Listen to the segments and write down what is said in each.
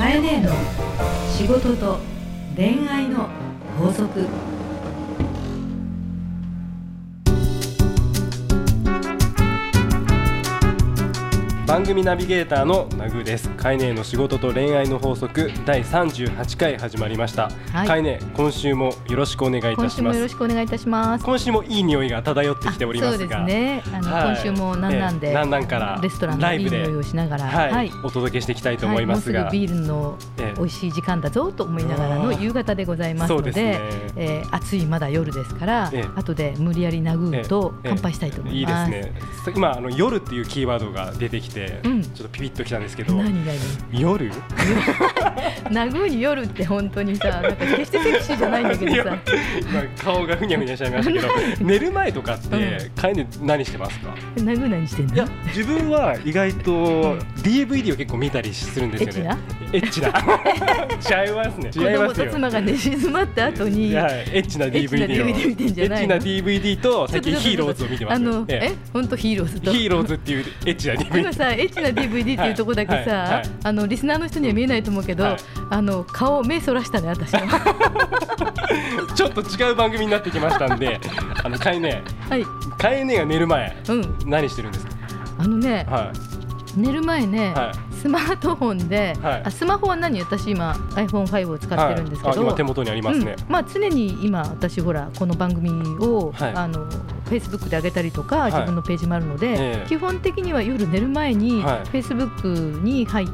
かえねえの仕事と恋愛の法則。 番組ナビゲーターのナグです。カイネの仕事と恋愛の法則第38回始まりました、 はい、 カイネ今週もよろしくお願いいたします。 今週もよろしくお願いいたします。 今週もいい匂いが漂ってきておりますが、 そうですね、 はい、 今週もなんで、 なんなんからレストランのいい匂いをしながら、 はい、お届けしていきたいと思いますが、 もうすぐビールの美味しい時間だぞと思いながらの夕方でございますの で、暑いまだ夜ですから、後で無理やりナグーと乾杯したいと思います。 いいですね。今夜っていうキーワードが出てきて、ちょっとピピッときたんですけど、夜ナグーに夜って本当にさ、なんか決してセクシーじゃないんだけどさ今顔がふにゃふにゃしちゃいましたけど寝る前とかってカイネ何してますか？ ナグー何してんの？ いや、自分は意外と DVD を結構見たりするんですよね。エッチな違いますね。 子供と妻が寝静まった後にエッチな DVD をエッチな DVD と最近ヒーローズを見てます。 本当ヒーローズとヒーローズっていうエッチな DVD。 今さエッチな DVD っていうとこだけさ、リスナーの人には見えないと思うけど、顔目そらしたね私はちょっと違う番組になってきましたんで、カイネが寝る前、何してるんですか？ 寝る前ね、スマートフォンで、スマホは私今 iPhone5 を使ってるんですけど、 今手元にありますね。 常に今私ほらこの番組を、Facebook で上げたりとか、自分のページもあるので、基本的には夜寝る前に Facebook に入って、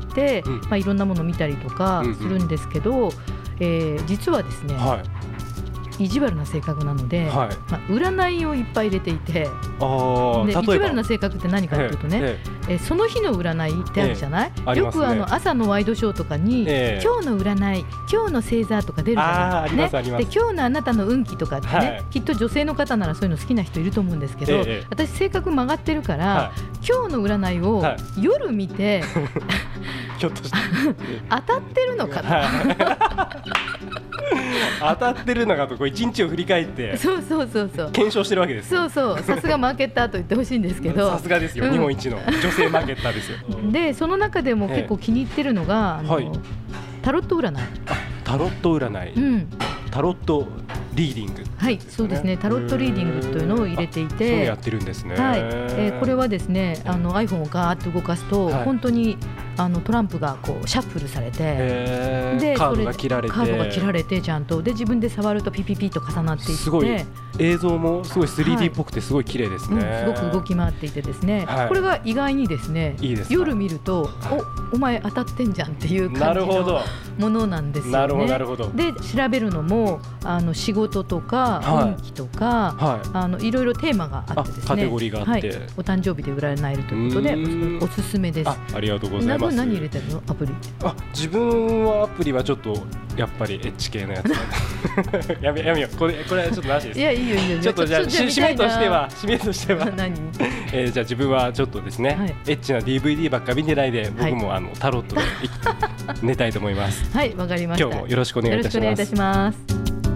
いろんなものを見たりとかするんですけど、実はですね、意地悪な性格なので、占いをいっぱい入れていて、で意地悪な性格って何かというとね、その日の占いってあるじゃない、よく朝のワイドショーとかに、今日の占い、今日の星座とか出るじゃない、で今日のあなたの運気とかってね、きっと女性の方ならそういうの好きな人いると思うんですけど、私性格曲がってるから、今日の占いを夜見て、 ひょっとして当たってるのかな当たってるのかとこう一日を振り返って検証してるわけです。 さすがマーケッターと言ってほしいんですけど、 さすがですよ、日本一の女性マーケッターですよ。 でその中でも結構気に入ってるのが、タロット占い。 タロット占い、タロットリーディング、 そうですね、タロットリーディングというのを入れていて、 そうやってるんですね。 これはですね、iPhone をガーッと動かすと、本当にトランプがこうシャッフルされて、 でカードが切られてちゃんとで自分で触るとピピピと重なっていって、 すごい映像もすごい 3D っぽくてすごい綺麗ですね。 すごく動き回っていてですね、これが意外にですね、夜見ると、お前当たってんじゃんっていう感じのものなんですよね。 なるほど。 で調べるのも仕事とか運気とか、いろいろテーマがあってですね、 カテゴリーがあって、 お誕生日で占えるということでおすすめです。 ありがとうございます。 何入れてるの？アプリ。 自分はアプリはちょっとやっぱりエッチ系のやつやめよう、これはちょっとなしです。 いや、いいよちょっとじゃあ締めとしては何じゃあ自分はちょっとですね、エッチな DVD ばっか見てないで、僕もタロットで寝たいと思います。 はい、わかりました。 今日もよろしくお願いいたします。 よろしくお願いいたします。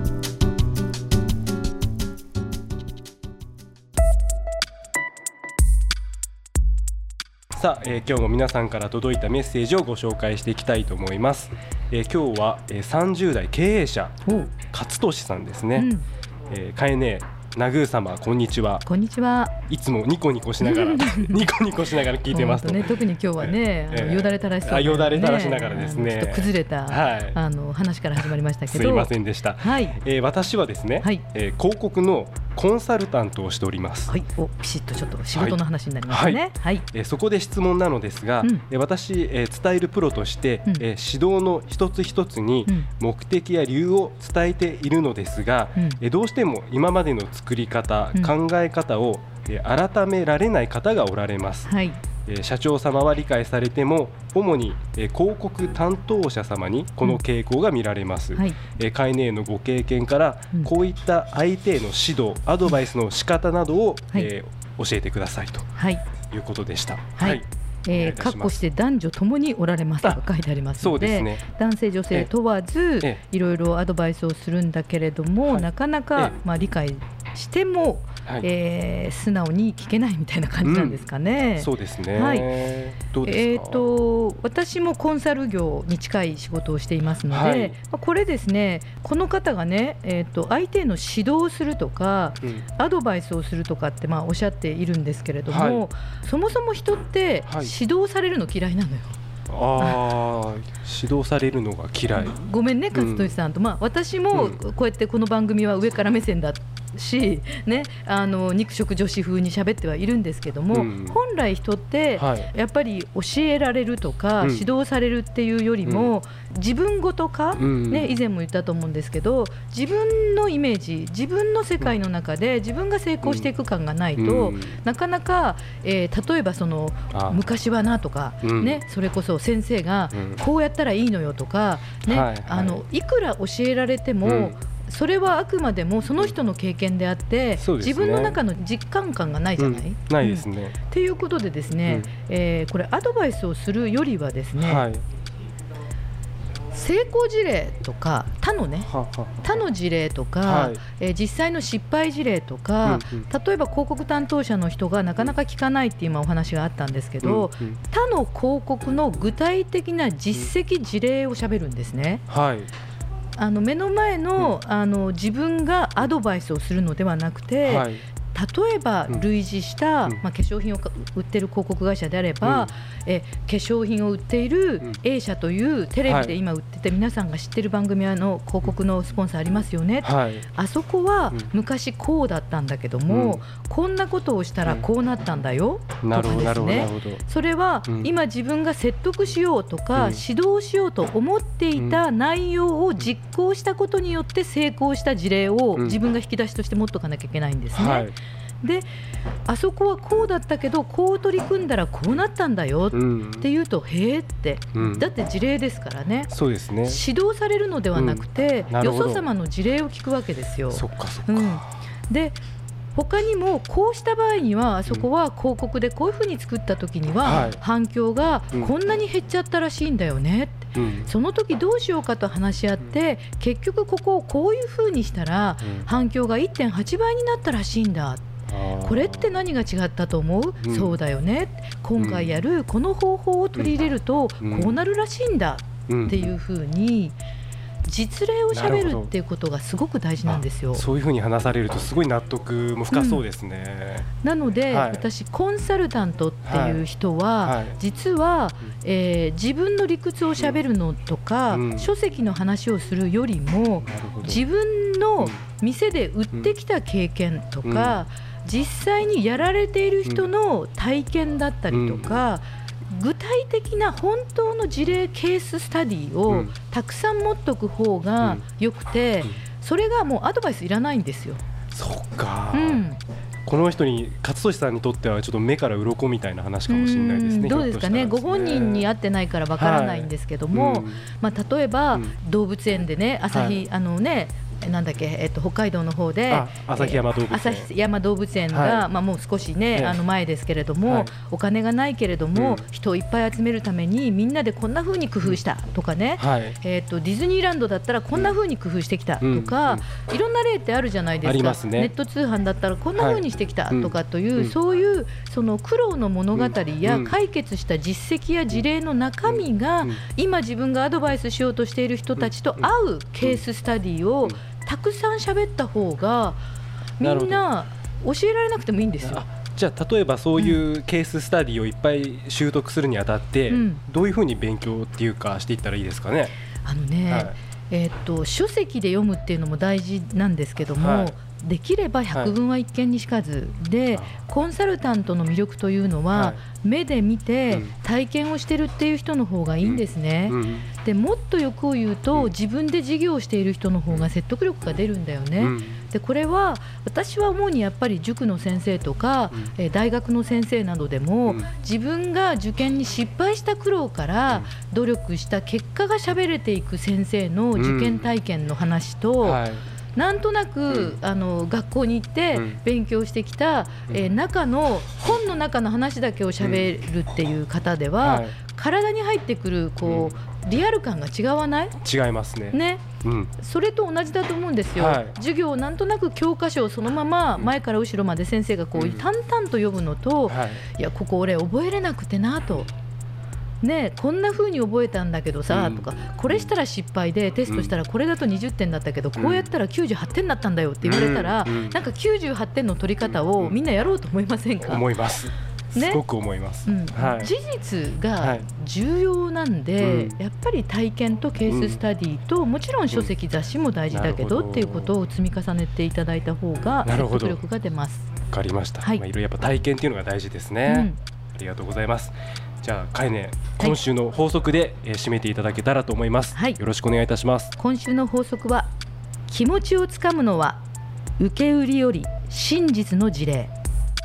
さあ、今日も皆さんから届いたメッセージをご紹介していきたいと思います。今日は、30代経営者勝利さんですね。かえねナグー様、こんにちは。 こんにちは。 いつもニコニコしながら聞いてますと、 特に今日はね、よだれ垂らしそう、 よだれ垂らしながらですね、 ちょっと崩れた、話から始まりましたけど、 すいませんでした。私はですね、広告のコンサルタントをしております。 ピシッとちょっと仕事の話になりますね。 そこで質問なのですが、私、伝えるプロとして、指導の一つ一つに目的や理由を伝えているのですが、どうしても今までの作り方、考え方を改められない方がおられます。社長様は理解されても、主に広告担当者様にこの傾向が見られます。カイネーのご経験から、こういった相手への指導、アドバイスの仕方などを、教えてくださいということでした。 括弧して男女ともにおられますと書いてありますので、男性女性問わずいろいろアドバイスをするんだけれども、なかなか理解しても素直に聞けないみたいな感じなんですかね。 そうですね、 はい、 どうですか？ 私もコンサル業に近い仕事をしていますので、これですね、この方がね、相手の指導をするとか、アドバイスをするとかっておっしゃっているんですけれども、そもそも人って指導されるの嫌いなのよ。 指導されるのが嫌い。 ごめんね勝利さんと、私もこうやってこの番組は上から目線だし、ね、肉食女子風に喋ってはいるんですけども、本来人ってやっぱり教えられるとか、指導されるっていうよりも、自分ごとか、ね、以前も言ったと思うんですけど、自分のイメージ、自分の世界の中で自分が成功していく感がないと、なかなか、例えばその昔はなとか、ね、それこそ先生がこうやったらいいのよとか、ね、いくら教えられても、それはあくまでもその人の経験であって、自分の中の実感がないじゃない、 ないですね。 っていうことでですね、これアドバイスをするよりはですね、成功事例とか他の事例とか、実際の失敗事例とか、例えば広告担当者の人がなかなか聞かないっていうお話があったんですけど、他の広告の具体的な実績事例をしゃべるんですね。目の前の、自分がアドバイスをするのではなくて、例えば類似した、化粧品を売ってる広告会社であれば、化粧品を売っている A 社というテレビで今売ってて、皆さんが知ってる番組の広告のスポンサーありますよね、あそこは昔こうだったんだけども、こんなことをしたらこうなったんだよとかですね、それは今自分が説得しようとか、指導しようと思っていた内容を実行したことによって成功した事例を自分が引き出しとして持っておかなきゃいけないんですね。で、あそこはこうだったけどこう取り組んだらこうなったんだよって言うと、へーって、だって事例ですからね。そうですね、指導されるのではなくて、よそ様の事例を聞くわけですよ。で、他にもこうした場合には、あそこは広告でこういうふうに作った時には、反響がこんなに減っちゃったらしいんだよねって、その時どうしようかと話し合って、結局ここをこういうふうにしたら反響が 1.8 倍になったらしいんだ、これって何が違ったと思う？そうだよね、今回やるこの方法を取り入れるとこうなるらしいんだっていうふうに実例をしゃべるっていうことがすごく大事なんですよ。 そういうふうに話されるとすごい納得も深そうですね。 なので、私コンサルタントっていう人は、実は、自分の理屈をしゃべるのとか、書籍の話をするよりも、自分の店で売ってきた経験とか、実際にやられている人の体験だったりとか、具体的な本当の事例ケーススタディをたくさん持っておく方がよくて、それがもうアドバイスいらないんですよ。 そうか、この人に勝利さんにとってはちょっと目から鱗みたいな話かもしれないですね。 どうですかね、ご本人に会ってないからわからないんですけども、例えば、動物園でね、旭なんだっけ、北海道の方で旭山動物園が、もう少しね、前ですけれども、お金がないけれども、人をいっぱい集めるためにみんなでこんな風に工夫したとかね、ディズニーランドだったらこんな風に工夫してきたとか、いろんな例ってあるじゃないですか。ネット通販だったらこんな風にしてきたとかという、そういうその苦労の物語や解決した実績や事例の中身が、今自分がアドバイスしようとしている人たちと合うケーススタディをたくさん喋った方が、みんな教えられなくてもいいんですよ。 じゃあ例えばそういうケーススタディをいっぱい習得するにあたって、どういうふうに勉強っていうかしていったらいいですかね。 書籍で読むっていうのも大事なんですけども、できれば百聞は一見にしかずで、コンサルタントの魅力というのは、目で見て体験をしてるっていう人の方がいいんですね。でもっと欲を言うと、自分で事業をしている人の方が説得力が出るんだよね。でこれは私は主にやっぱり塾の先生とか、大学の先生などでも、自分が受験に失敗した苦労から努力した結果が喋れていく先生の受験体験の話と、なんとなく、学校に行って勉強してきた、本の中の話だけをしゃべるっていう方では、体に入ってくるリアル感が違わない？ 違いますね。 それと同じだと思うんですよ、授業をなんとなく教科書をそのまま前から後ろまで先生がこう淡々と読むのと、いやここ俺覚えれなくてなと、ね、こんな風に覚えたんだけどさ、とかこれしたら失敗でテストしたらこれだと20点だったけど、こうやったら98点だったんだよって言われたら、なんか98点の取り方をみんなやろうと思いませんか？ 思います、すごく思います、 事実が重要なんで、やっぱり体験とケーススタディと、もちろん書籍雑誌も大事だけどっていうことを積み重ねていただいた方が説得力が出ます。 わかりました、いろいろやっぱ体験っていうのが大事ですね、ありがとうございます。じゃあかえね、今週の法則で締めていただけたらと思います、よろしくお願いいたします。 今週の法則は、気持ちをつかむのは受け売りより真実の事例。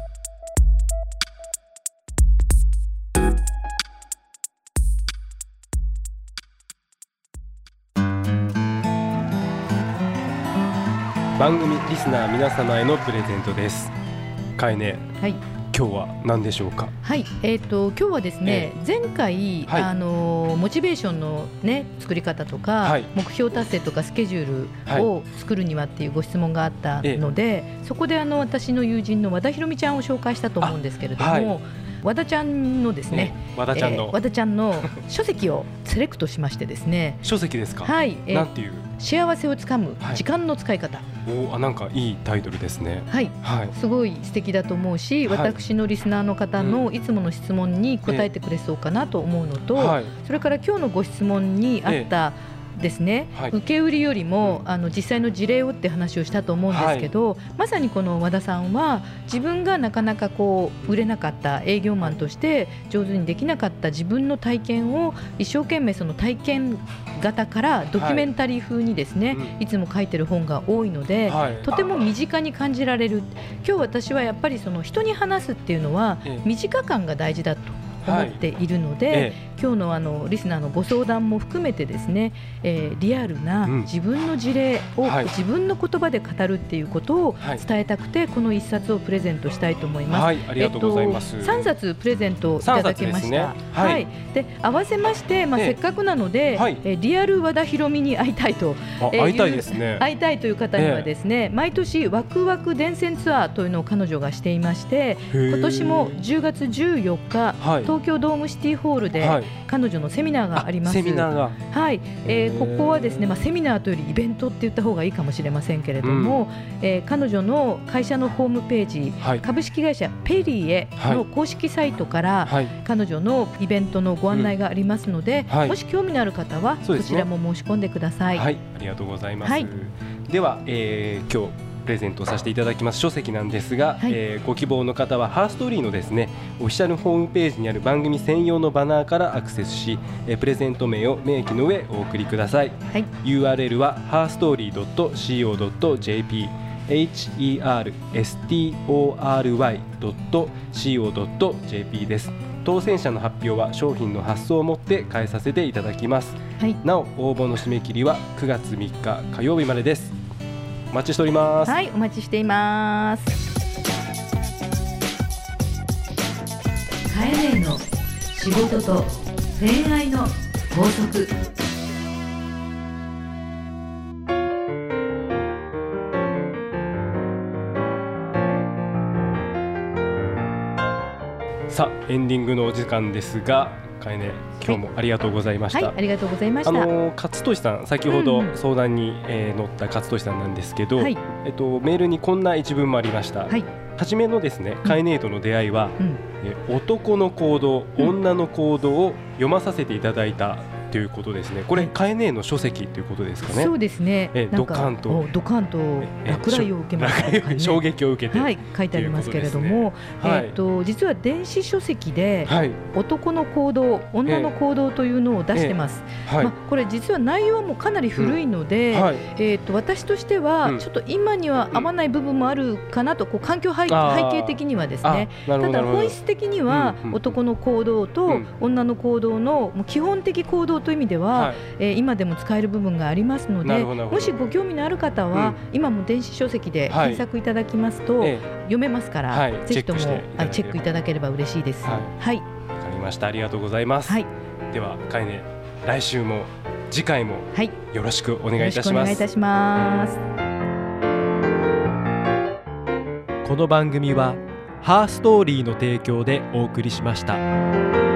番組リスナー皆様へのプレゼントです。かえね、今日は何でしょうか？ 今日はですね、前回、モチベーションの、作り方とか、目標達成とかスケジュールを作るにはっていうご質問があったので、そこで私の友人の和田ひろみちゃんを紹介したと思うんですけれども、和田ちゃんのですね、和田ちゃんの書籍をセレクトしましてですね書籍ですか？なんていう？ 幸せをつかむ時間の使い方。 なんかいいタイトルですね。 すごい素敵だと思うし、私のリスナーの方のいつもの質問に答えてくれそうかなと思うのと、それから今日のご質問にあったですね、受け売りよりも実際の事例をって話をしたと思うんですけど、まさにこの和田さんは自分がなかなかこう売れなかった営業マンとして上手にできなかった自分の体験を一生懸命その体験型からドキュメンタリー風にですね、いつも書いてる本が多いので、とても身近に感じられる。今日私はやっぱりその人に話すっていうのは身近感が大事だと思っているので、今日のリスナーのご相談も含めてですね、リアルな自分の事例を自分の言葉で語るっていうことを伝えたくて、この1冊をプレゼントしたいと思います。 ありがとうございます。 3冊プレゼントいただけました。で合わせまして、せっかくなので、リアル和田ひろみに会いたいと、 会いたいですね。 会いたいという方にはですね、毎年ワクワク伝染ツアーというのを彼女がしていまして、今年も10月14日、東京ドームシティホールで彼女のセミナーがあります。 セミナーが、 ここはですね、セミナーというよりイベントって言った方がいいかもしれませんけれども、彼女の会社のホームページ、株式会社ペリエの公式サイトから、彼女のイベントのご案内がありますので、もし興味のある方はそちらも申し込んでください。 ありがとうございます。では、今日プレゼントさせていただきます書籍なんですが、ご希望の方はハーストーリーのですね、オフィシャルホームページにある番組専用のバナーからアクセスし、プレゼント名を明記の上お送りください。URL は herstory.co.jp herstory.co.jp です。当選者の発表は商品の発送をもって返させていただきます。なお応募の締め切りは9月3日火曜日までです。お待ちしております。 お待ちしています。カエネの仕事と恋愛の法則。 さあエンディングのお時間ですが、かえね、今日もありがとうございました。 ありがとうございました。 勝利さん、先ほど相談に、乗った勝利さんなんですけど、メールにこんな一文もありました。初めのですね、カエネとの出会いは、男の行動、女の行動を読まさせていただいたということですね。これ、カエネの書籍ということですかね。 そうですね。 ドカンと落雷を受けました、 衝撃を受けて、 書いてありますけれども、実は電子書籍で男の行動、女の行動というのを出してます。これ実は内容もかなり古いので、私としてはちょっと今には合わない部分もあるかなと、環境背景的にはですね。ただ本質的には男の行動と女の行動の基本的行動という意味では、今でも使える部分がありますので、もしご興味のある方は、今も電子書籍で検索いただきますと、読めますから、ぜひともチェックいただければ嬉しいです。わかりました。ありがとうございます。ではかえね、来週も次回もよろしくお願いいたします。 よろしくお願いいたします。 この番組はハーストーリーの提供でお送りしました。